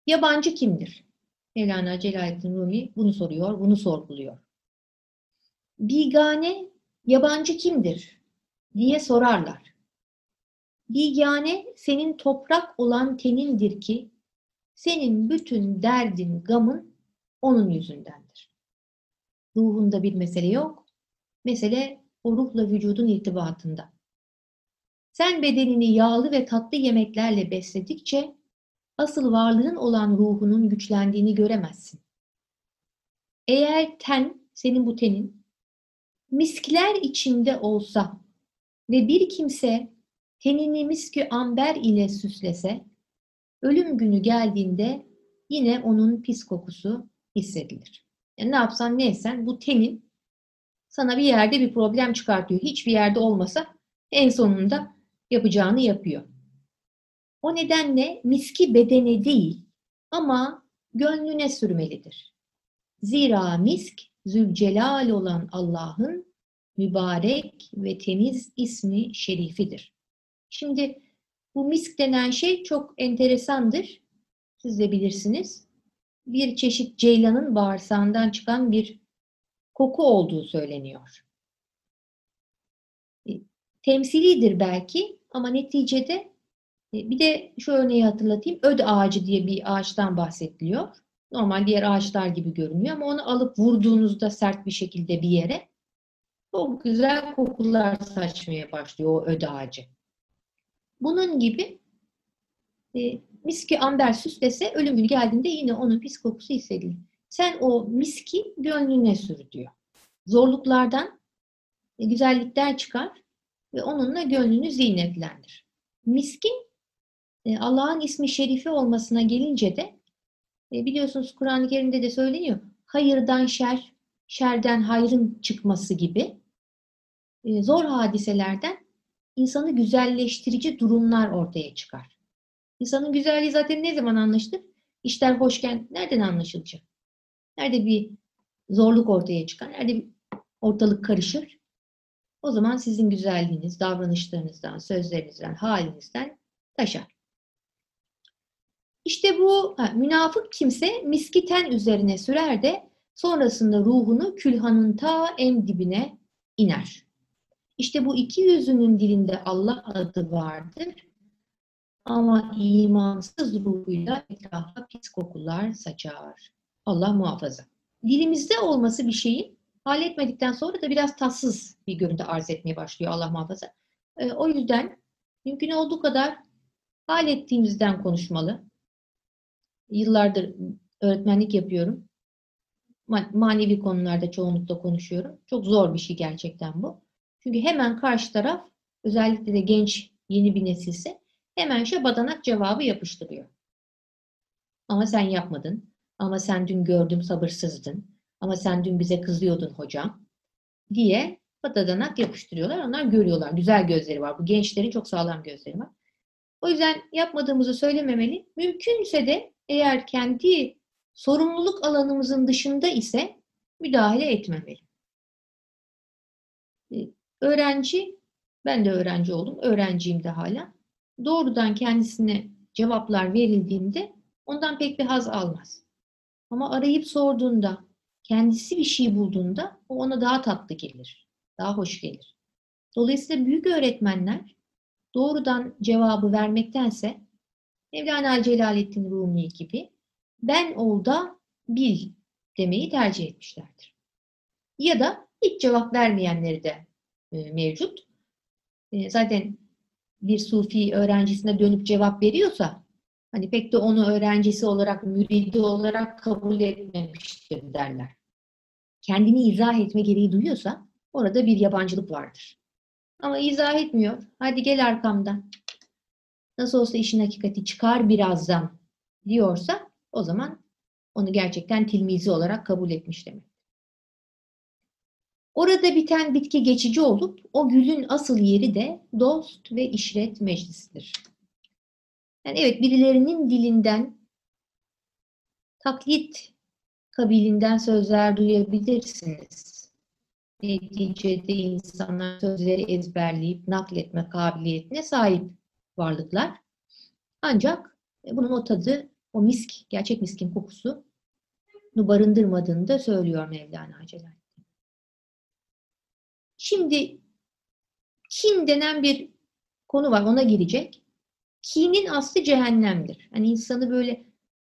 Yabancı kimdir? Mevlana Celaleddin Rumi bunu soruyor, bunu sorguluyor. Bigane, yabancı kimdir diye sorarlar. Bigane senin toprak olan tenindir ki senin bütün derdin, gamın onun yüzündendir. Ruhunda bir mesele yok. Mesele o ruhla vücudun irtibatında. Sen bedenini yağlı ve tatlı yemeklerle besledikçe asıl varlığın olan ruhunun güçlendiğini göremezsin. Eğer senin bu tenin, miskler içinde olsa ve bir kimse tenini miskü amber ile süslese, ölüm günü geldiğinde yine onun pis kokusu hissedilir. Yani ne yapsan ne etsen bu tenin sana bir yerde bir problem çıkartıyor. Hiçbir yerde olmasa en sonunda yapacağını yapıyor. O nedenle miski bedene değil ama gönlüne sürmelidir. Zira misk Zülcelal olan Allah'ın mübarek ve temiz ismi şerifidir. Şimdi bu misk denen şey çok enteresandır. Siz de bilirsiniz. Bir çeşit ceylanın bağırsağından çıkan bir koku olduğu söyleniyor. Temsilidir belki ama neticede bir de şu örneği hatırlatayım. Öd ağacı diye bir ağaçtan bahsediliyor. Normal diğer ağaçlar gibi görünüyor ama onu alıp vurduğunuzda sert bir şekilde bir yere çok güzel kokular saçmaya başlıyor o öd ağacı. Bunun gibi miski amber süslese ölüm günü geldiğinde yine onun pis kokusu hissedilir. Sen o miski gönlüne sür diyor. Zorluklardan güzellikler çıkar ve onunla gönlünü zinetlendir. Miskin Allah'ın ismi şerifi olmasına gelince de biliyorsunuz Kur'an-ı Kerim'de de söyleniyor. Hayırdan şer, şerden hayrın çıkması gibi zor hadiselerden insanı güzelleştirici durumlar ortaya çıkar. İnsanın güzelliği zaten ne zaman anlaşılır? İşler hoşken nereden anlaşılacak? Nerede bir zorluk ortaya çıkar? Nerede bir ortalık karışır? O zaman sizin güzelliğiniz davranışlarınızdan, sözlerinizden, halinizden taşar. İşte bu münafık kimse miski ten üzerine sürer de sonrasında ruhunu külhanın ta en dibine iner. İşte bu iki yüzünün dilinde Allah adı vardır ama imansız ruhuyla etrafa pis kokular saçar. Allah muhafaza. Dilimizde olması bir şeyin halletmedikten sonra da biraz tatsız bir görüntü arz etmeye başlıyor Allah muhafaza. O yüzden mümkün olduğu kadar hallettiğimizden konuşmalı. Yıllardır öğretmenlik yapıyorum. Manevi konularda çoğunlukla konuşuyorum. Çok zor bir şey gerçekten bu. Çünkü hemen karşı taraf, özellikle de genç yeni bir nesilse hemen şabadanak cevabı yapıştırıyor. Ama sen yapmadın. Ama sen dün gördüm sabırsızdın. Ama sen dün bize kızıyordun hocam diye badadanak yapıştırıyorlar. Onlar görüyorlar. Güzel gözleri var. Bu gençlerin çok sağlam gözleri var. O yüzden yapmadığımızı söylememeli. Mümkünse de eğer kendi sorumluluk alanımızın dışında ise müdahale etmemeli. Öğrenci, ben de öğrenci oldum, öğrenciyim de hala. Doğrudan kendisine cevaplar verildiğinde ondan pek bir haz almaz. Ama arayıp sorduğunda, kendisi bir şey bulduğunda o ona daha tatlı gelir, daha hoş gelir. Dolayısıyla büyük öğretmenler doğrudan cevabı vermektense Mevlana Celaleddin Rumi gibi ben ol da bil demeyi tercih etmişlerdir. Ya da hiç cevap vermeyenleri de mevcut. Zaten bir sufi öğrencisine dönüp cevap veriyorsa hani pek de onu öğrencisi olarak, müridi olarak kabul etmemiştir derler. Kendini izah etme gereği duyuyorsa orada bir yabancılık vardır. Ama izah etmiyor. Hadi gel arkamdan. Nasıl olsa işin hakikati çıkar birazdan diyorsa o zaman onu gerçekten tilmizi olarak kabul etmiş demek. Orada biten bitki geçici olup o gülün asıl yeri de dost ve işret meclisidir. Yani evet birilerinin dilinden taklit kabilinden sözler duyabilirsiniz. Neticede insanlar sözleri ezberleyip nakletme kabiliyetine sahip varlıklar. Ancak bunun o tadı o misk, gerçek miskin kokusunu barındırmadığını da söylüyor Mevlana Celal. Şimdi kin denen bir konu var, ona girecek. Kinin aslı cehennemdir. Hani insanı böyle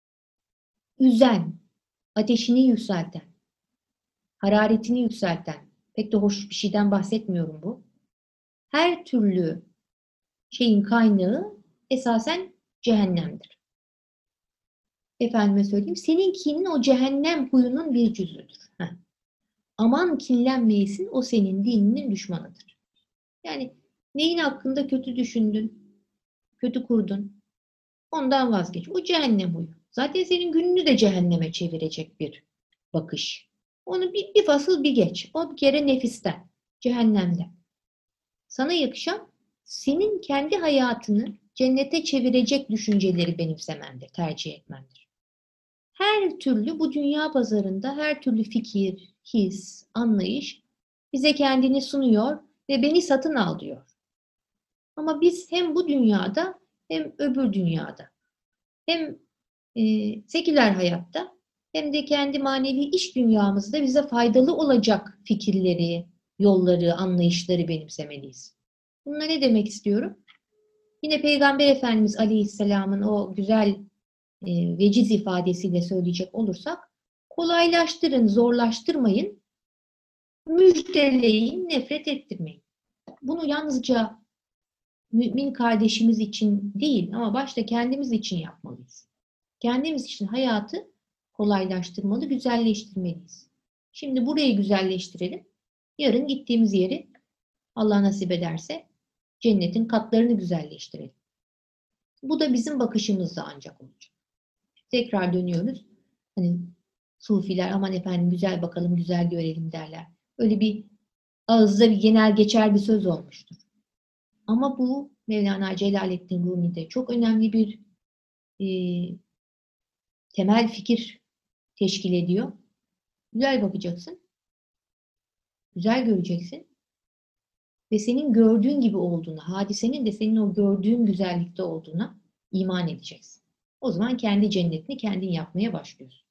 üzen, ateşini yükselten, hararetini yükselten, pek de hoş bir şeyden bahsetmiyorum bu. Her türlü şeyin kaynağı esasen cehennemdir. Efendime söyleyeyim, senin kinin o cehennem huyunun bir cüzüdür. Aman kinlenmeyesin, o senin dininin düşmanıdır. Yani neyin hakkında kötü düşündün, kötü kurdun, ondan vazgeç. O cehennem huyu. Zaten senin gününü de cehenneme çevirecek bir bakış. Onu bir fasıl bir geç. O bir kere nefisten, cehennemden. Sana yakışan senin kendi hayatını cennete çevirecek düşünceleri benimsemendir, tercih etmendir. Her türlü bu dünya pazarında her türlü fikir, his, anlayış bize kendini sunuyor ve beni satın al diyor. Ama biz hem bu dünyada hem öbür dünyada hem seküler hayatta hem de kendi manevi iş dünyamızda bize faydalı olacak fikirleri, yolları, anlayışları benimsemeliyiz. Bununla ne demek istiyorum? Yine Peygamber Efendimiz Aleyhisselam'ın o güzel veciz ifadesiyle söyleyecek olursak, kolaylaştırın, zorlaştırmayın, müjdeleyin, nefret ettirmeyin. Bunu yalnızca mümin kardeşimiz için değil ama başta kendimiz için yapmalıyız. Kendimiz için hayatı kolaylaştırmalı, güzelleştirmeliyiz. Şimdi burayı güzelleştirelim. Yarın gittiğimiz yeri Allah nasip ederse cennetin katlarını güzelleştirelim. Bu da bizim bakışımızda ancak olacak. Tekrar dönüyoruz. Hani sufiler aman efendim güzel bakalım, güzel görelim derler. Öyle bir ağızda bir genel geçer bir söz olmuştur. Ama bu Mevlana Celaleddin Rumi'de çok önemli bir temel fikir teşkil ediyor. Güzel bakacaksın. Güzel göreceksin. Ve senin gördüğün gibi olduğuna, hadisenin de senin o gördüğün güzellikte olduğuna iman edeceksin. O zaman kendi cennetini kendin yapmaya başlıyorsun.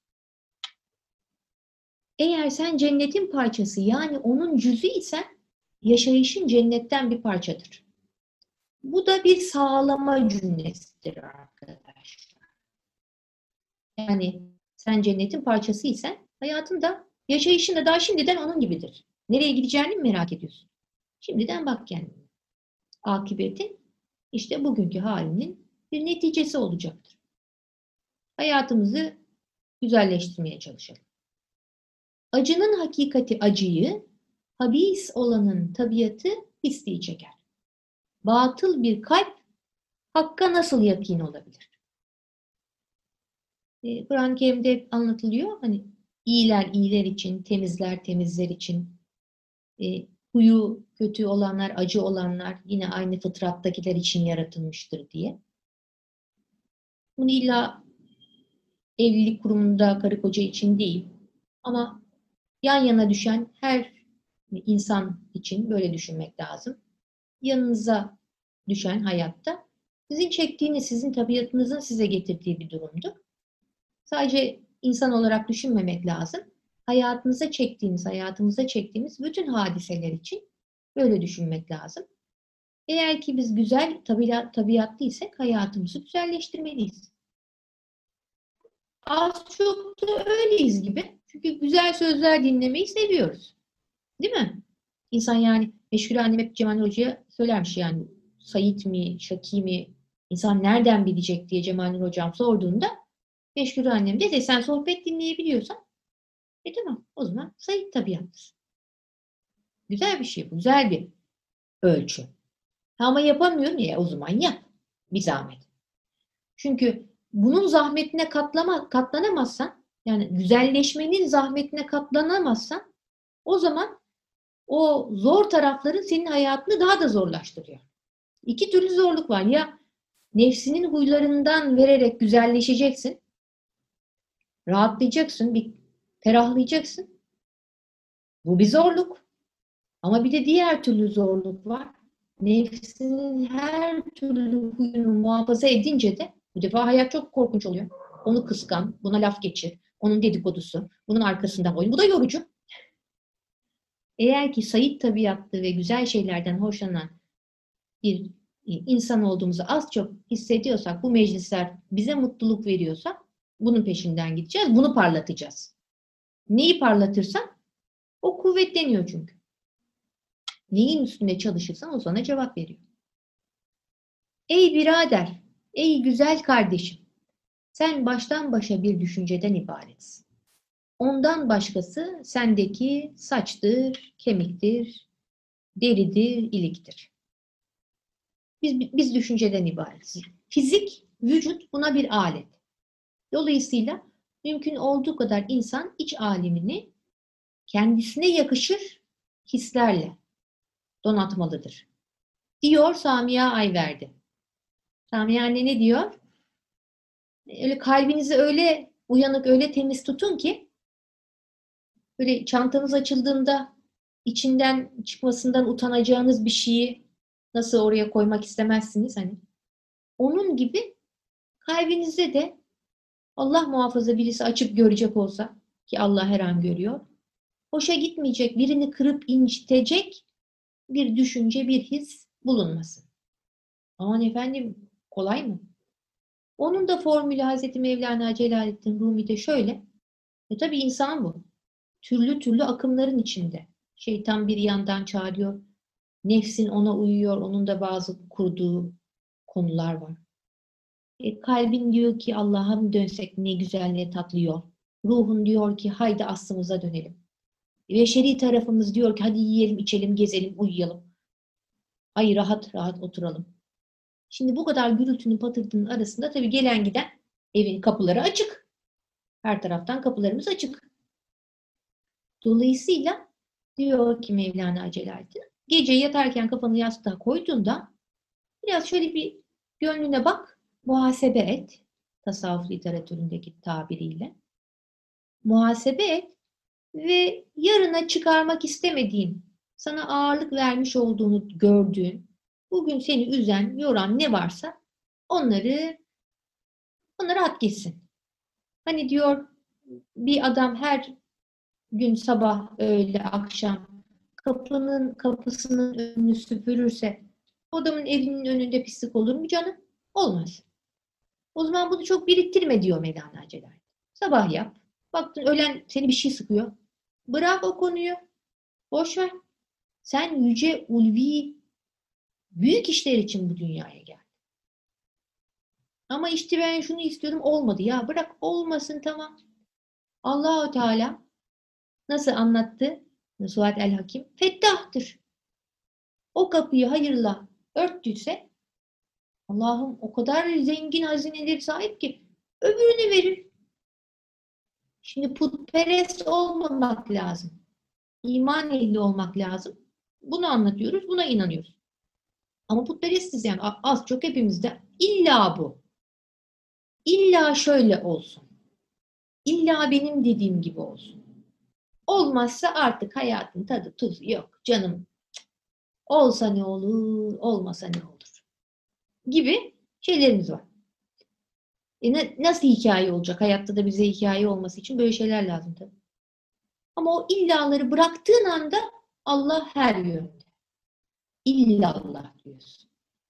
Eğer sen cennetin parçası yani onun cüzü isen yaşayışın cennetten bir parçadır. Bu da bir sağlama cümlesidir arkadaşlar. Yani sen cennetin parçası isen hayatın da yaşayışın da daha şimdiden onun gibidir. Nereye gideceğini mi merak ediyorsun? Şimdiden bak kendine. Akıbetin işte bugünkü halinin bir neticesi olacaktır. Hayatımızı güzelleştirmeye çalışalım. Acının hakikati acıyı, habis olanın tabiatı pisliği çeker. Batıl bir kalp hakka nasıl yakin olabilir? Kur'an-ı Kerim'de anlatılıyor. Hani iyiler iyiler için, temizler temizler için, huyu kötü olanlar, acı olanlar yine aynı fıtrattakiler için yaratılmıştır diye. Bunu illa evlilik kurumunda karı koca için değil ama yan yana düşen her insan için böyle düşünmek lazım. Yanınıza düşen hayatta sizin çektiğiniz, sizin tabiatınızın size getirdiği bir durumdur. Sadece insan olarak düşünmemek lazım. Hayatımıza çektiğimiz bütün hadiseler için böyle düşünmek lazım. Eğer ki biz güzel, tabiatlıysak hayatımızı güzelleştirmeliyiz. Az çok da öyleyiz gibi. Çünkü güzel sözler dinlemeyi seviyoruz. Değil mi? İnsan yani, meşhur annem hep Cemal Hoca'ya söylermiş yani, Sait mi, Şaki mi, insan nereden bilecek diye Cemal Hocam sorduğunda meşhur annem de sen sohbet dinleyebiliyorsan tamam o zaman Sait tabiatlısın. Güzel bir şey bu, güzel bir ölçü. Ama yapamıyorum ya, o zaman yap. Bir zahmet. Çünkü bunun zahmetine katlanamazsan, yani güzelleşmenin zahmetine katlanamazsan, o zaman o zor tarafların senin hayatını daha da zorlaştırıyor. İki türlü zorluk var. Ya nefsinin huylarından vererek güzelleşeceksin, rahatlayacaksın, bir ferahlayacaksın. Bu bir zorluk. Ama bir de diğer türlü zorluk var. Nefsinin her türlü huyunu muhafaza edince de bu defa hayat çok korkunç oluyor. Onu kıskan, buna laf geçir, onun dedikodusu, bunun arkasından oyun. Bu da yorucu. Eğer ki sait tabiatlı ve güzel şeylerden hoşlanan bir insan olduğumuzu az çok hissediyorsak, bu meclisler bize mutluluk veriyorsa bunun peşinden gideceğiz, bunu parlatacağız. Neyi parlatırsan o kuvvetleniyor çünkü. Neyin üstünde çalışırsan o sana cevap veriyor. Ey birader, ey güzel kardeşim, sen baştan başa bir düşünceden ibaretsin. Ondan başkası sendeki saçtır, kemiktir, deridir, iliktir. Biz düşünceden ibaretiz. Fizik, vücut buna bir alet. Dolayısıyla mümkün olduğu kadar insan iç alemini kendisine yakışır hislerle donatmalıdır. Diyor Samiye Ayverdi. Samiye anne ne diyor? Öyle kalbinizi öyle uyanık, öyle temiz tutun ki böyle çantanız açıldığında içinden çıkmasından utanacağınız bir şeyi nasıl oraya koymak istemezsiniz hani. Onun gibi kalbinizde de Allah muhafaza birisi açıp görecek olsa ki Allah her an görüyor. Hoşa gitmeyecek, birini kırıp incitecek bir düşünce, bir his bulunmasın. Aman efendim kolay mı? Onun da formülü Hazreti Mevlana Celaleddin Rumi'de şöyle. Tabii insan bu. Türlü türlü akımların içinde. Şeytan bir yandan çağırıyor. Nefsin ona uyuyor. Onun da bazı kurduğu konular var. Kalbin diyor ki Allah'a mı dönsek ne güzel ne tatlı yol. Ruhun diyor ki haydi aslımıza dönelim. Beşeri tarafımız diyor ki hadi yiyelim, içelim, gezelim, uyuyalım. Ay rahat rahat oturalım. Şimdi bu kadar gürültünün patırtının arasında tabii gelen giden evin kapıları açık. Her taraftan kapılarımız açık. Dolayısıyla diyor ki Mevlana Celaleddin, gece yatarken kafanı yastığa koyduğunda biraz şöyle bir gönlüne bak, muhasebe et. Tasavvuf literatüründeki tabiriyle. Muhasebe et ve yarına çıkarmak istemediğin, sana ağırlık vermiş olduğunu gördüğün, bugün seni üzen, yoran ne varsa onları at gitsin. Hani diyor bir adam her gün sabah, öğle, akşam kapısının önünü süpürürse o adamın evinin önünde pislik olur mu canım? Olmaz. O zaman bunu çok biriktirme diyor Mevlana Celal. Sabah yap. Baktın ölen seni bir şey sıkıyor. Bırak o konuyu. Boş ver. Sen yüce, ulvi, büyük işler için bu dünyaya geldin. Ama işte ben şunu istiyordum olmadı. Ya bırak olmasın tamam. Allah-u Teala nasıl anlattı Suat el-Hakim? Fettah'tır. O kapıyı hayırla örttüyse Allah'ım o kadar zengin hazineleri sahip ki öbürünü verir. Şimdi putperest olmamak lazım. İman ehli olmak lazım. Bunu anlatıyoruz, buna inanıyoruz. Ama putperestiz yani az çok hepimizde illa bu. İlla şöyle olsun. İlla benim dediğim gibi olsun. Olmazsa artık hayatın tadı tuzu yok. Canım olsa ne olur, olmasa ne olur gibi şeylerimiz var. Nasıl hikaye olacak? Hayatta da bize hikaye olması için böyle şeyler lazım tabii. Ama o illaları bıraktığın anda Allah her yönde. İllallah diyorsun.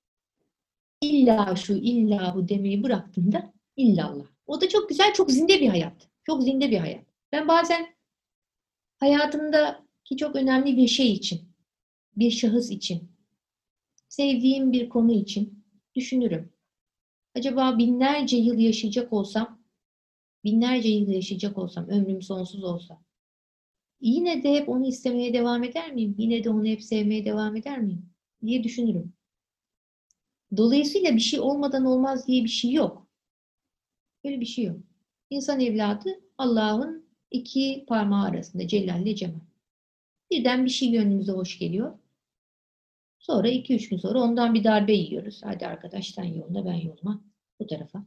İlla şu, illa bu demeyi bıraktığında illallah. O da çok güzel, çok zinde bir hayat. Çok zinde bir hayat. Ben bazen hayatımdaki çok önemli bir şey için, bir şahıs için, sevdiğim bir konu için düşünürüm. Acaba binlerce yıl yaşayacak olsam, ömrüm sonsuz olsa, yine de hep onu istemeye devam eder miyim? Yine de onu hep sevmeye devam eder miyim? Diye düşünürüm. Dolayısıyla bir şey olmadan olmaz diye bir şey yok. Böyle bir şey yok. İnsan evladı Allah'ın iki parmağı arasında Celal ile Cemal. Birden bir şey gönlümüze hoş geliyor. Sonra 2-3 gün sonra ondan bir darbe yiyoruz. Hadi arkadaş sen yoluna ben yoluma bu tarafa.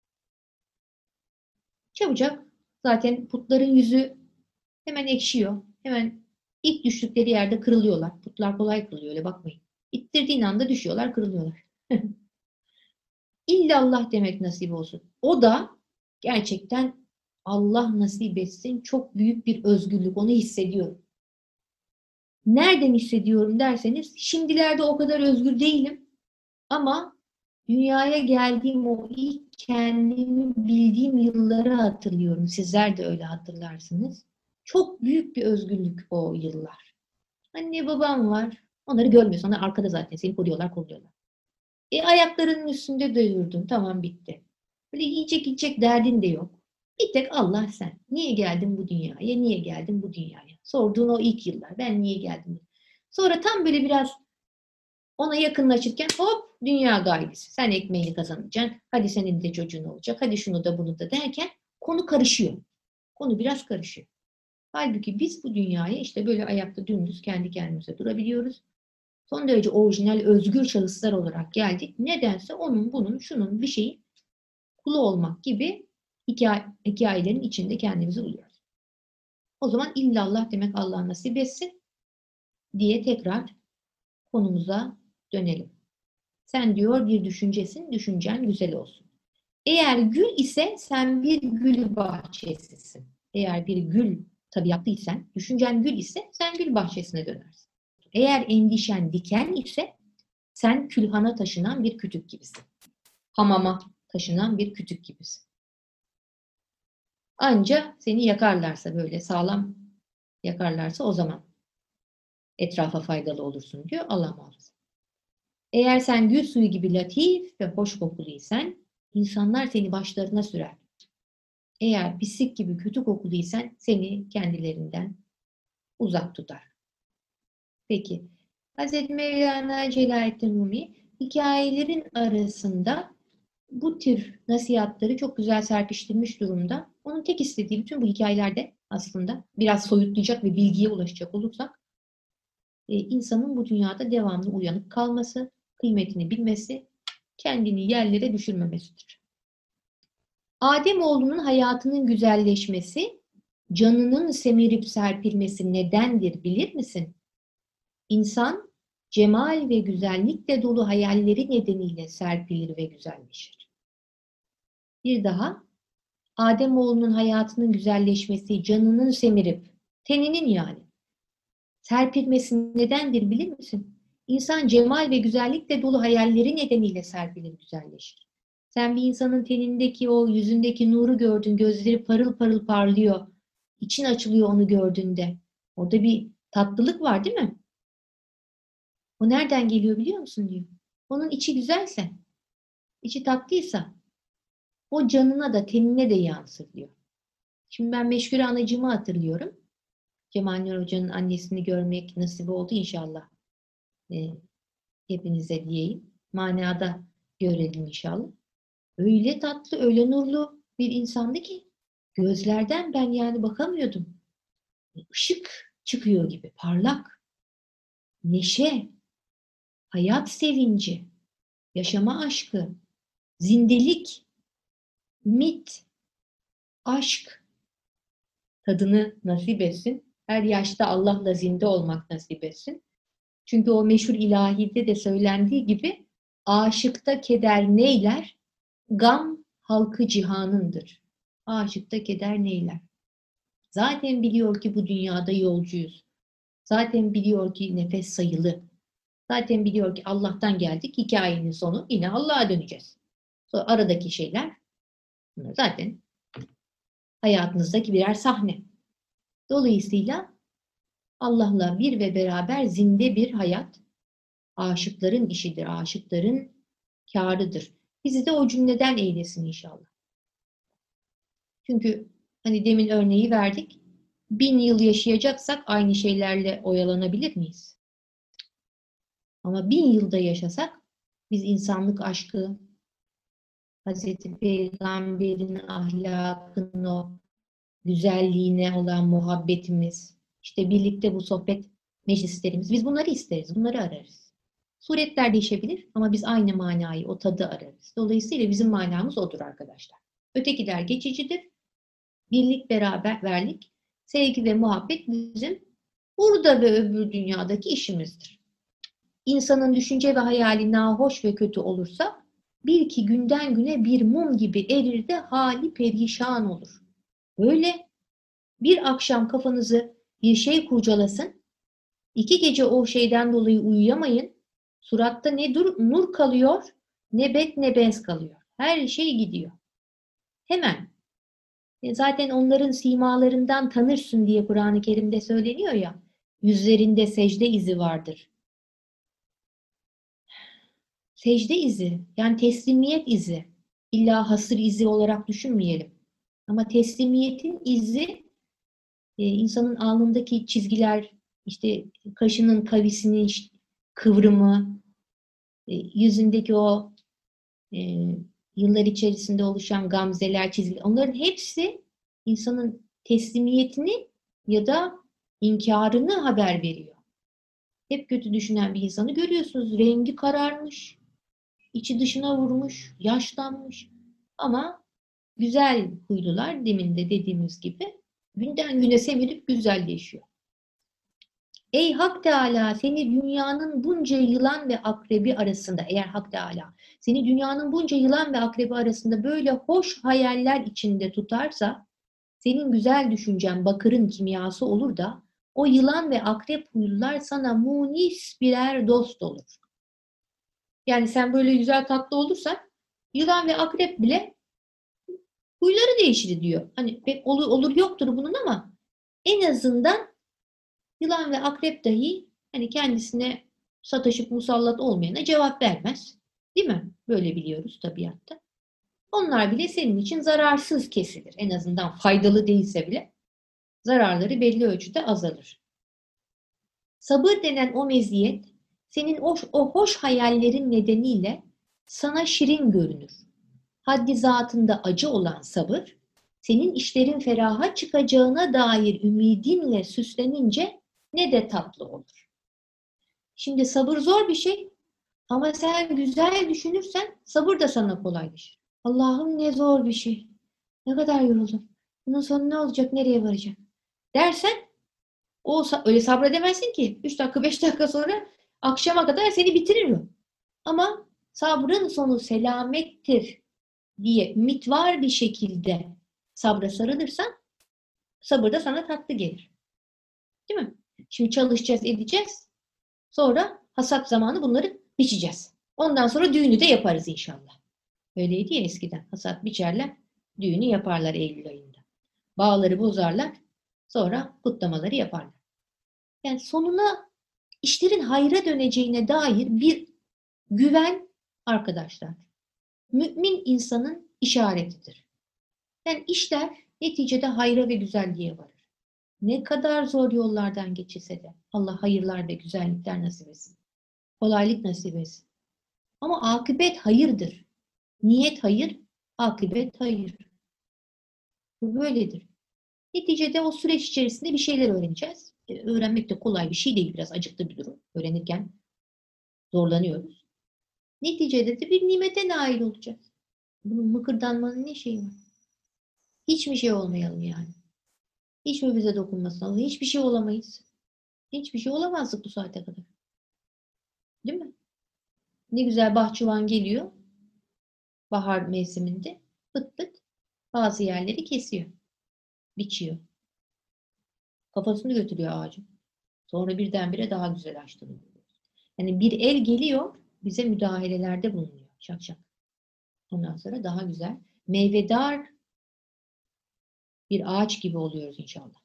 Çabucak zaten putların yüzü hemen ekşiyor. Hemen ilk düştükleri yerde kırılıyorlar. Putlar kolay kırılıyor öyle bakmayın. İttirdiğin anda düşüyorlar, kırılıyorlar. İllallah demek nasip olsun. O da Gerçekten Allah nasip etsin, çok büyük bir özgürlük, onu hissediyorum. Nereden hissediyorum derseniz, şimdilerde o kadar özgür değilim ama dünyaya geldiğim o ilk kendimi bildiğim yılları hatırlıyorum. Sizler de öyle hatırlarsınız. Çok büyük bir özgürlük o yıllar. Anne babam var. Onları görmüyorsun. Onlar arkada zaten. Seni koruyorlar, kolluyorlar. Ayaklarının üstünde de yürüdün. Tamam, bitti. Böyle yiyecek derdin de yok. Bir tek Allah sen. Niye geldin bu dünyaya? Niye geldin bu dünyaya? Sorduğun o ilk yıllar. Ben niye geldim? Sonra tam böyle biraz ona yakınlaşırken hop, dünya gayrisi. Sen ekmeğini kazanacaksın. Hadi senin de çocuğun olacak. Hadi şunu da bunu da derken konu karışıyor. Konu biraz karışıyor. Halbuki biz bu dünyaya işte böyle ayakta dümdüz kendi kendimize durabiliyoruz. Son derece orijinal, özgür şahıslar olarak geldik. Nedense onun, bunun, şunun bir şeyi kulu olmak gibi hikayelerin içinde kendimizi buluyoruz. O zaman illallah demek Allah nasip etsin diye tekrar konumuza dönelim. Sen diyor bir düşüncesin, düşüncen güzel olsun. Eğer gül ise sen bir gül bahçesisin. Eğer bir gül tabiatlıysan, düşüncen gül ise sen gül bahçesine dönersin. Eğer endişen diken ise sen külhana taşınan bir kütük gibisin. Hamama taşınan bir kütük gibisin. Anca seni yakarlarsa, böyle sağlam yakarlarsa, o zaman etrafa faydalı olursun diyor, Allah muhafaza. Eğer sen gül suyu gibi latif ve hoş kokuluysan insanlar seni başlarına sürer. Eğer pislik gibi kötü kokuluysan seni kendilerinden uzak tutar. Peki, Hz. Mevlana Celaleddin Rumi hikayelerin arasında bu tür nasihatleri çok güzel serpiştirmiş durumda. Onun tek istediği bütün bu hikayelerde aslında biraz soyutlayacak ve bilgiye ulaşacak olursak insanın bu dünyada devamlı uyanık kalması, kıymetini bilmesi, kendini yerlere düşürmemesidir. Ademoğlunun hayatının güzelleşmesi, canının semirip serpilmesi nedendir bilir misin? İnsan cemal ve güzellikle dolu hayalleri nedeniyle serpilir ve güzelleşir. Bir daha, Ademoğlunun hayatının güzelleşmesi, canının semirip, teninin yani, serpilmesi nedendir bilir misin? İnsan cemal ve güzellikle dolu hayalleri nedeniyle serpilir, güzelleşir. Sen bir insanın tenindeki, o yüzündeki nuru gördün, gözleri parıl parıl parlıyor, için açılıyor onu gördüğünde. Orada bir tatlılık var değil mi? O nereden geliyor biliyor musun diyor. Onun içi güzelse, içi tatlıysa, o canına da tenine de yansır diyor. Şimdi ben Meşgure anacığımı hatırlıyorum. Cemal Nur Hoca'nın annesini görmek nasip oldu inşallah. Hepinize diyeyim. Manada görelim inşallah. Öyle tatlı, öyle nurlu bir insandı ki gözlerden ben yani bakamıyordum. Işık çıkıyor gibi, parlak, neşe, hayat sevinci, yaşama aşkı, zindelik, ümit, aşk tadını nasip etsin. Her yaşta Allah'la zinde olmak nasip etsin. Çünkü o meşhur ilahide de söylendiği gibi aşıkta keder neyler, gam halkı cihanındır. Aşıkta keder neyler. Zaten biliyor ki bu dünyada yolcuyuz. Zaten biliyor ki nefes sayılı. Zaten biliyor ki Allah'tan geldik. Hikayenin sonu yine Allah'a döneceğiz. Sonra aradaki şeyler zaten hayatınızdaki birer sahne. Dolayısıyla Allah'la bir ve beraber zinde bir hayat aşıkların işidir, aşıkların kârıdır. Bizi de o cümleden eylesin inşallah. Çünkü hani demin örneği verdik. 1000 yıl yaşayacaksak aynı şeylerle oyalanabilir miyiz? Ama 1000 yılda yaşasak biz insanlık aşkı, Hazreti Peygamber'in ahlakının o güzelliğine olan muhabbetimiz, işte birlikte bu sohbet meclislerimiz, biz bunları isteriz, bunları ararız. Suretler değişebilir ama biz aynı manayı, o tadı ararız. Dolayısıyla bizim manamız odur arkadaşlar. Ötekiler geçicidir. Birlik, beraberlik, sevgi ve muhabbet bizim burada ve öbür dünyadaki işimizdir. İnsanın düşünce ve hayali nahoş ve kötü olursa bil ki günden güne bir mum gibi erir de hali perişan olur. Böyle bir akşam kafanızı bir şey kurcalasın, 2 gece o şeyden dolayı uyuyamayın, suratta ne nur kalıyor, ne bet ne benz kalıyor. Her şey gidiyor. Hemen. Zaten onların simalarından tanırsın diye Kur'an-ı Kerim'de söyleniyor ya, yüzlerinde secde izi vardır. Secde izi, yani teslimiyet izi. İlla hasır izi olarak düşünmeyelim. Ama teslimiyetin izi, insanın alnındaki çizgiler, işte kaşının kavisinin kıvrımı, yüzündeki o e, yıllar içerisinde oluşan gamzeler, çizgiler, onların hepsi insanın teslimiyetini ya da inkarını haber veriyor. Hep kötü düşünen bir insanı görüyorsunuz. Rengi kararmış, içi dışına vurmuş, yaşlanmış. Ama güzel huylular, demin de dediğimiz gibi, günden güne semirip güzelleşiyor. Ey Hak Teala, seni dünyanın bunca yılan ve akrebi arasında, eğer Hak Teala seni dünyanın bunca yılan ve akrebi arasında böyle hoş hayaller içinde tutarsa, senin güzel düşüncen bakırın kimyası olur da o yılan ve akrep huylular sana munis birer dost olur. Yani sen böyle güzel tatlı olursan yılan ve akrep bile huyları değişir diyor. Hani pek olur yoktur bunun ama en azından yılan ve akrep dahi hani kendisine sataşıp musallat olmayana cevap vermez. Değil mi? Böyle biliyoruz tabiatta. Onlar bile senin için zararsız kesilir. En azından faydalı değilse bile zararları belli ölçüde azalır. Sabır denen o meziyet senin o hoş hayallerin nedeniyle sana şirin görünür. Haddi zatında acı olan sabır, senin işlerin feraha çıkacağına dair ümidinle süslenince ne de tatlı olur. Şimdi sabır zor bir şey ama sen güzel düşünürsen sabır da sana kolaylaşır. Allah'ım ne zor bir şey. Ne kadar yoruldum. Bunun sonu ne olacak, nereye varacak? Dersen öyle sabredemezsin ki. 3 dakika, 5 dakika sonra akşama kadar seni bitirir o. Ama sabrın sonu selamettir diye ümit var bir şekilde sabra sarılırsan sabır da sana tatlı gelir. Değil mi? Şimdi çalışacağız, edeceğiz. Sonra hasat zamanı bunları biçeceğiz. Ondan sonra düğünü de yaparız inşallah. Öyleydi ya eskiden. Hasat biçerler, düğünü yaparlar Eylül ayında. Bağları bozarlar, sonra kutlamaları yaparlar. Yani sonuna işlerin hayra döneceğine dair bir güven arkadaşlar. Mümin insanın işaretidir. Yani işler neticede hayra ve güzelliğe varır. Ne kadar zor yollardan geçilse de Allah hayırlar ve güzellikler nasip etsin. Kolaylık nasip etsin. Ama akıbet hayırdır. Niyet hayır, akıbet hayır. Bu böyledir. Neticede o süreç içerisinde bir şeyler öğreneceğiz. Öğrenmek de kolay bir şey değil. Biraz acıklı bir durum. Öğrenirken zorlanıyoruz. Neticede de bir nimete nail olacağız. Bunun mıkırdanmanın ne şeyi var? Hiçbir şey olmayalım yani. Hiç mi bize dokunmasın? Hiçbir şey olamayız. Hiçbir şey olamazdık bu saate kadar. Değil mi? Ne güzel bahçıvan geliyor bahar mevsiminde. Pıt pıt bazı yerleri kesiyor. Biçiyor. Kafasını götürüyor ağacın. Sonra birdenbire daha güzel açtığını görüyoruz. Yani bir el geliyor bize müdahalelerde bulunuyor. Şak şak. Ondan sonra daha güzel meyvedar bir ağaç gibi oluyoruz inşallah.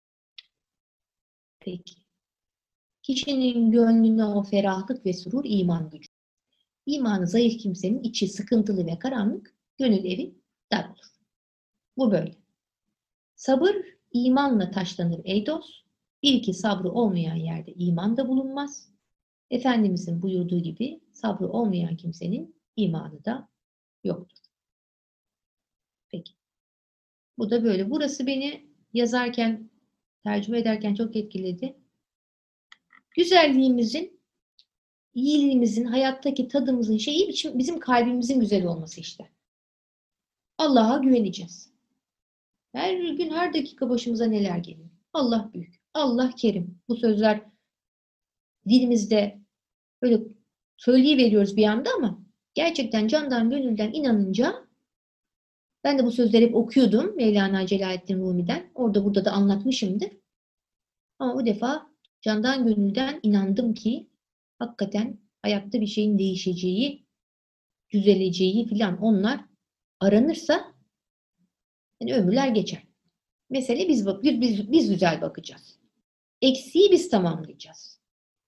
Peki. Kişinin gönlüne o ferahlık ve surur iman gücü. İmanı zayıf kimsenin içi sıkıntılı ve karanlık, gönül evi dar olur. Bu böyle. Sabır imanla taşlanır ey dost. Bil ki sabrı olmayan yerde iman da bulunmaz. Efendimizin buyurduğu gibi sabrı olmayan kimsenin imanı da yoktur. Peki. Bu da böyle. Burası beni yazarken, tercüme ederken çok etkiledi. Güzelliğimizin, iyiliğimizin, hayattaki tadımızın şeyi bizim kalbimizin güzel olması işte. Allah'a güveneceğiz. Her gün, her dakika başımıza neler geliyor. Allah büyük, Allah kerim. Bu sözler dilimizde böyle söyleyiveriyoruz bir anda ama gerçekten candan gönülden inanınca, ben de bu sözleri hep okuyordum Mevlana Celaleddin Rumi'den. Orada burada da anlatmışımdır. Ama bu defa candan gönülden inandım ki hakikaten hayatta bir şeyin değişeceği, düzeleceği filan, onlar aranırsa yani ömürler geçer. Mesele biz güzel bakacağız. Eksiği biz tamamlayacağız.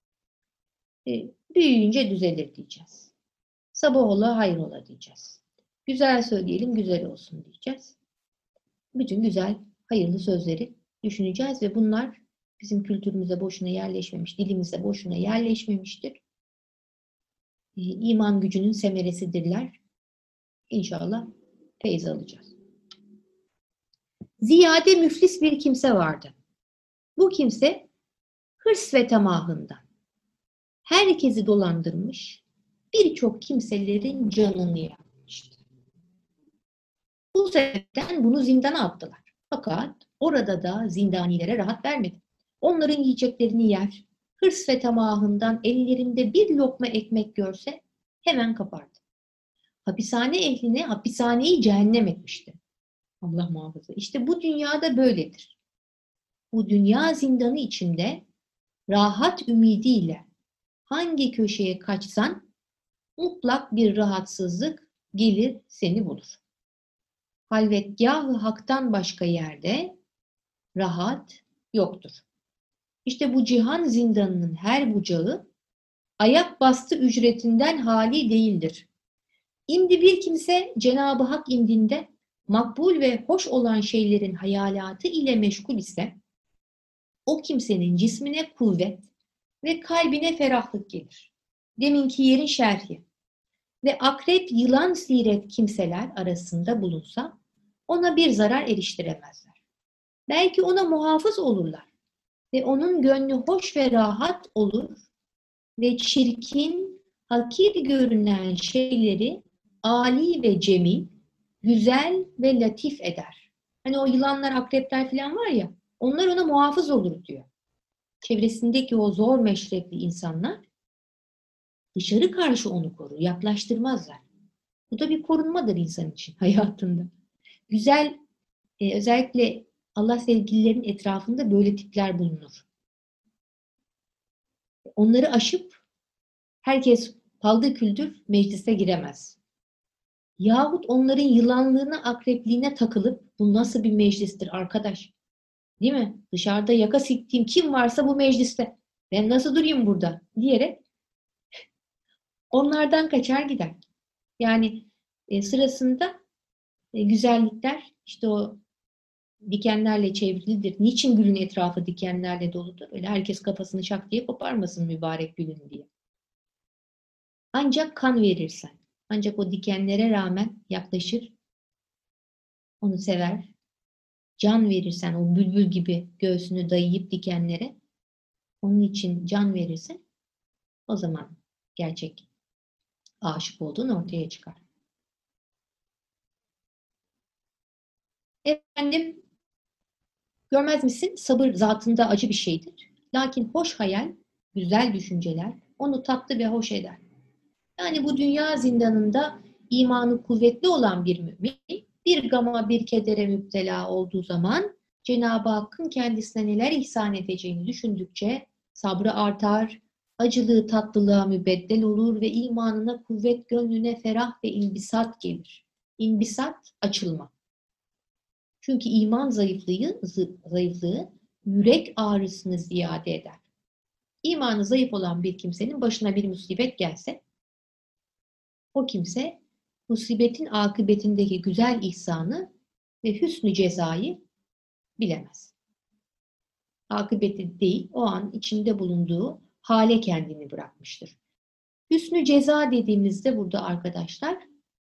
Büyüyünce düzelir diyeceğiz. Sabah ola hayrola diyeceğiz. Güzel söyleyelim, güzel olsun diyeceğiz. Bütün güzel, hayırlı sözleri düşüneceğiz ve bunlar bizim kültürümüze boşuna yerleşmemiş, dilimize boşuna yerleşmemiştir. İman gücünün semeresidirler. İnşallah feyz alacağız. Ziyade müflis bir kimse vardı. Bu kimse hırs ve tamahından herkesi dolandırmış, birçok kimselerin canını yakmıştı. Bu sebepten bunu zindana attılar. Fakat orada da zindanilere rahat vermedi. Onların yiyeceklerini yer, hırs ve tamahından ellerinde bir lokma ekmek görse hemen kapardı. Hapishane ehline hapishaneyi cehennem etmişti. Allah muhafaza. İşte bu dünyada böyledir. Bu dünya zindanı içinde rahat ümidiyle hangi köşeye kaçsan mutlak bir rahatsızlık gelir seni bulur. Halvetgâh-ı haktan başka yerde rahat yoktur. İşte bu cihan zindanının her bucağı ayak bastı ücretinden hali değildir. İmdi bir kimse Cenab-ı Hak indinde makbul ve hoş olan şeylerin hayalatı ile meşgul ise o kimsenin cismine kuvvet ve kalbine ferahlık gelir. Deminki yerin şerhi. Ve akrep yılan siret kimseler arasında bulunsa ona bir zarar eriştiremezler. Belki ona muhafız olurlar ve onun gönlü hoş ve rahat olur ve çirkin, hakir görünen şeyleri âli ve cemil, güzel ve latif eder. Hani o yılanlar, akrepler falan var ya, onlar ona muhafız olur diyor. Çevresindeki o zor meşrepli insanlar dışarı karşı onu korur, yaklaştırmazlar. Bu da bir korunmadır insan için hayatında. Güzel, özellikle Allah sevgililerin etrafında böyle tipler bulunur. Onları aşıp herkes paldır küldür meclise giremez. Yahut onların yılanlığına, akrepliğine takılıp bu nasıl bir meclistir arkadaş? Değil mi? Dışarıda yaka siktiğim kim varsa bu mecliste. Ben nasıl durayım burada? Diyerek onlardan kaçar gider. Yani sırasında güzellikler işte o dikenlerle çevrilidir. Niçin gülün etrafı dikenlerle doludur? Öyle herkes kafasını şak diye koparmasın mübarek gülün diye. Ancak kan verirsen, ancak o dikenlere rağmen yaklaşır, onu sever, can verirsen, o bülbül gibi göğsünü dayayıp dikenlere, onun için can verirsen, o zaman gerçek aşık olduğun ortaya çıkar. Efendim, görmez misin? Sabır zatında acı bir şeydir. Lakin hoş hayal, güzel düşünceler onu tatlı ve hoş eder. Yani bu dünya zindanında imanı kuvvetli olan bir mümin, bir gama bir kedere müptela olduğu zaman Cenab-ı Hakk'ın kendisine neler ihsan edeceğini düşündükçe sabrı artar, acılığı tatlılığa mübeddel olur ve imanına kuvvet, gönlüne ferah ve inbisat gelir. İnbisat, açılma. Çünkü iman zayıflığı yürek ağrısını ziyade eder. İmanı zayıf olan bir kimsenin başına bir musibet gelse, o kimse musibetin akıbetindeki güzel ihsanı ve hüsnü cezayı bilemez. Akıbeti değil, o an içinde bulunduğu hale kendini bırakmıştır. Hüsnü ceza dediğimizde burada arkadaşlar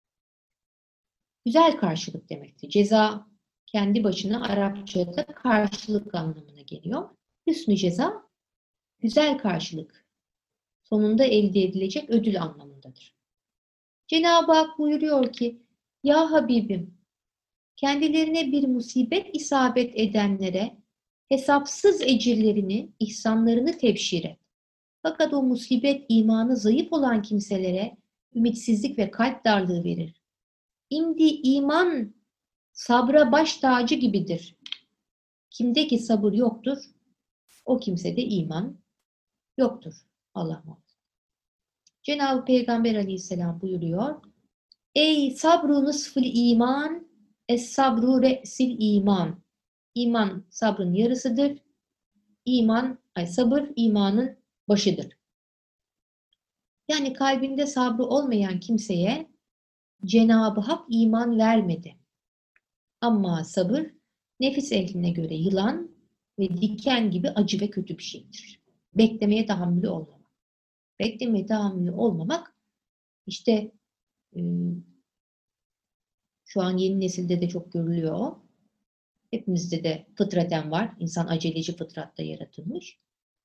güzel karşılık demektir. Ceza kendi başına Arapçada karşılık anlamına geliyor. Hüsnü ceza güzel karşılık, sonunda elde edilecek ödül anlamındadır. Cenab-ı Hak buyuruyor ki, ya Habibim, kendilerine bir musibet isabet edenlere hesapsız ecirlerini, ihsanlarını tebşir et. Fakat o musibet imanı zayıf olan kimselere ümitsizlik ve kalp darlığı verir. İmdi iman sabra baş tacı gibidir. Kimdeki sabır yoktur, o kimsede iman yoktur. Allah muhafaza. Cenab-ı Peygamber Aleyhisselam buyuruyor. Ey sabru nısfıl iman, es sabru re'sil iman. İman sabrın yarısıdır. Sabır imanın başıdır. Yani kalbinde sabrı olmayan kimseye Cenab-ı Hak iman vermedi. Ama sabır nefis ehline göre yılan ve diken gibi acı ve kötü bir şeydir. Beklemeye tahammülü olmamak. Beklemeye tahammülü olmamak işte şu an yeni nesilde de çok görülüyor o. Hepimizde de fıtraten var. İnsan aceleci fıtratta yaratılmış.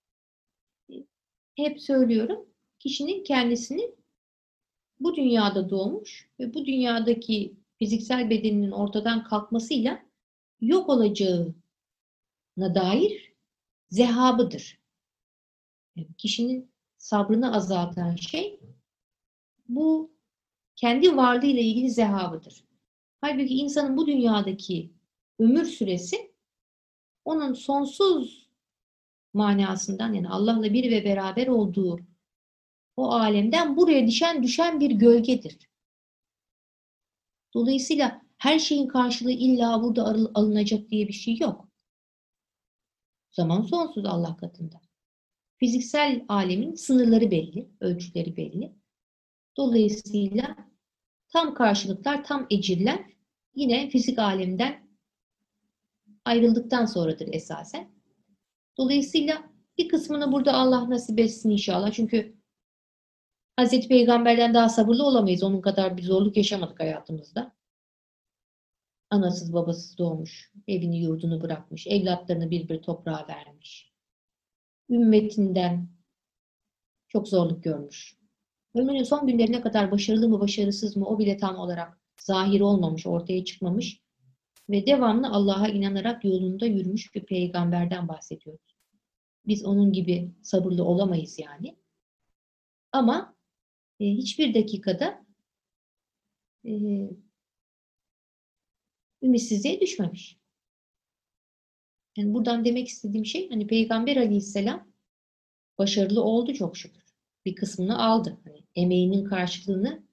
Hep söylüyorum, kişinin kendisini bu dünyada doğmuş ve bu dünyadaki fiziksel bedeninin ortadan kalkmasıyla yok olacağına dair zehabıdır. Yani kişinin sabrını azaltan şey bu kendi varlığıyla ilgili zehabıdır. Halbuki insanın bu dünyadaki ömür süresi onun sonsuz manasından, yani Allah'la bir ve beraber olduğu o alemden buraya düşen bir gölgedir. Dolayısıyla her şeyin karşılığı illa burada alınacak diye bir şey yok. Zaman sonsuz Allah katında. Fiziksel alemin sınırları belli, ölçüleri belli. Dolayısıyla tam karşılıklar, tam ecirler yine fizik alemden ayrıldıktan sonradır esasen. Dolayısıyla bir kısmını burada Allah nasip etsin inşallah. Çünkü Hazreti Peygamber'den daha sabırlı olamayız. Onun kadar bir zorluk yaşamadık hayatımızda. Anasız babasız doğmuş, evini yurdunu bırakmış, evlatlarını bir toprağa vermiş. Ümmetinden çok zorluk görmüş. Ömrünün son günlerine kadar başarılı mı başarısız mı o bile tam olarak zahir olmamış, ortaya çıkmamış ve devamlı Allah'a inanarak yolunda yürümüş bir peygamberden bahsediyoruz. Biz onun gibi sabırlı olamayız yani. Ama hiçbir dakikada ümitsizliğe düşmemiş. Yani buradan demek istediğim şey, hani Peygamber Aleyhisselam başarılı oldu çok şükür. Bir kısmını aldı. Hani emeğinin karşılığını,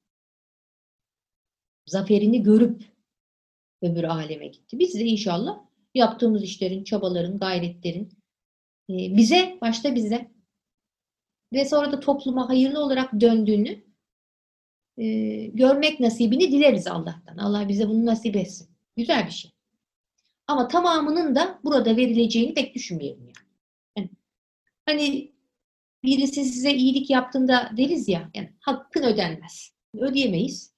zaferini görüp öbür aleme gitti. Biz de inşallah yaptığımız işlerin, çabaların, gayretlerin başta bize ve sonra da topluma hayırlı olarak döndüğünü görmek nasibini dileriz Allah'tan. Allah bize bunu nasip etsin. Güzel bir şey. Ama tamamının da burada verileceğini pek düşünmeyelim yani. Hani birisi size iyilik yaptığında deriz ya, yani hakkın ödenmez. Ödeyemeyiz.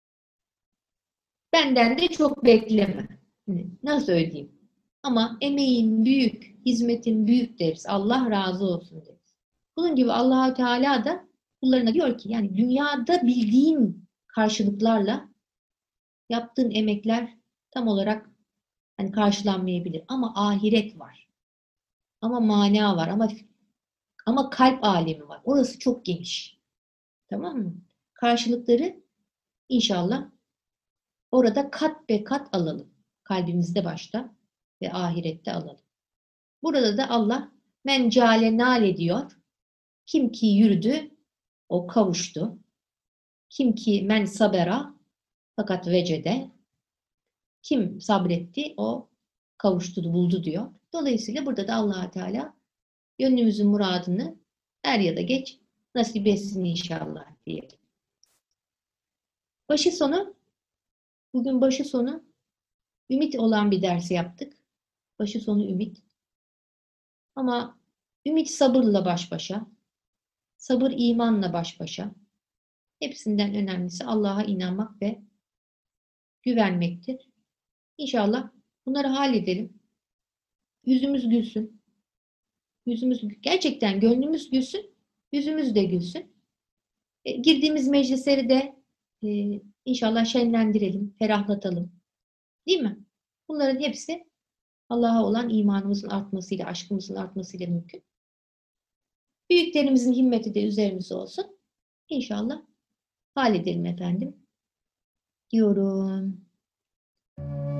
Benden de çok bekleme. Nasıl ödeyeyim? Ama emeğin büyük, hizmetin büyük deriz. Allah razı olsun deriz. Bunun gibi Allah-u Teala da kullarına diyor ki, yani dünyada bildiğin karşılıklarla yaptığın emekler tam olarak hani karşılanmayabilir. Ama ahiret var. Ama mana var. Ama kalp alemi var. Orası çok geniş. Tamam mı? Karşılıkları inşallah orada kat be kat alalım. Kalbimizde başta ve ahirette alalım. Burada da Allah men cale nal ediyor. Kim ki yürüdü, o kavuştu. Kim ki men sabera, fakat vecede, kim sabretti, o kavuştu, buldu diyor. Dolayısıyla burada da Allah Teala gönlümüzün muradını er ya da geç nasip etsin inşallah diye. Bugün başı sonu ümit olan bir ders yaptık. Başı sonu ümit. Ama ümit sabırla baş başa, sabır imanla baş başa. Hepsinden önemlisi Allah'a inanmak ve güvenmektir. İnşallah bunları halledelim. Yüzümüz gülsün. Gerçekten gönlümüz gülsün, yüzümüz de gülsün. Girdiğimiz meclisleri de inşallah şenlendirelim, ferahlatalım. Değil mi? Bunların hepsi Allah'a olan imanımızın artmasıyla, aşkımızın artmasıyla mümkün. Büyüklerimizin himmeti de üzerimizde olsun. İnşallah Hal edelim efendim. Diyorum.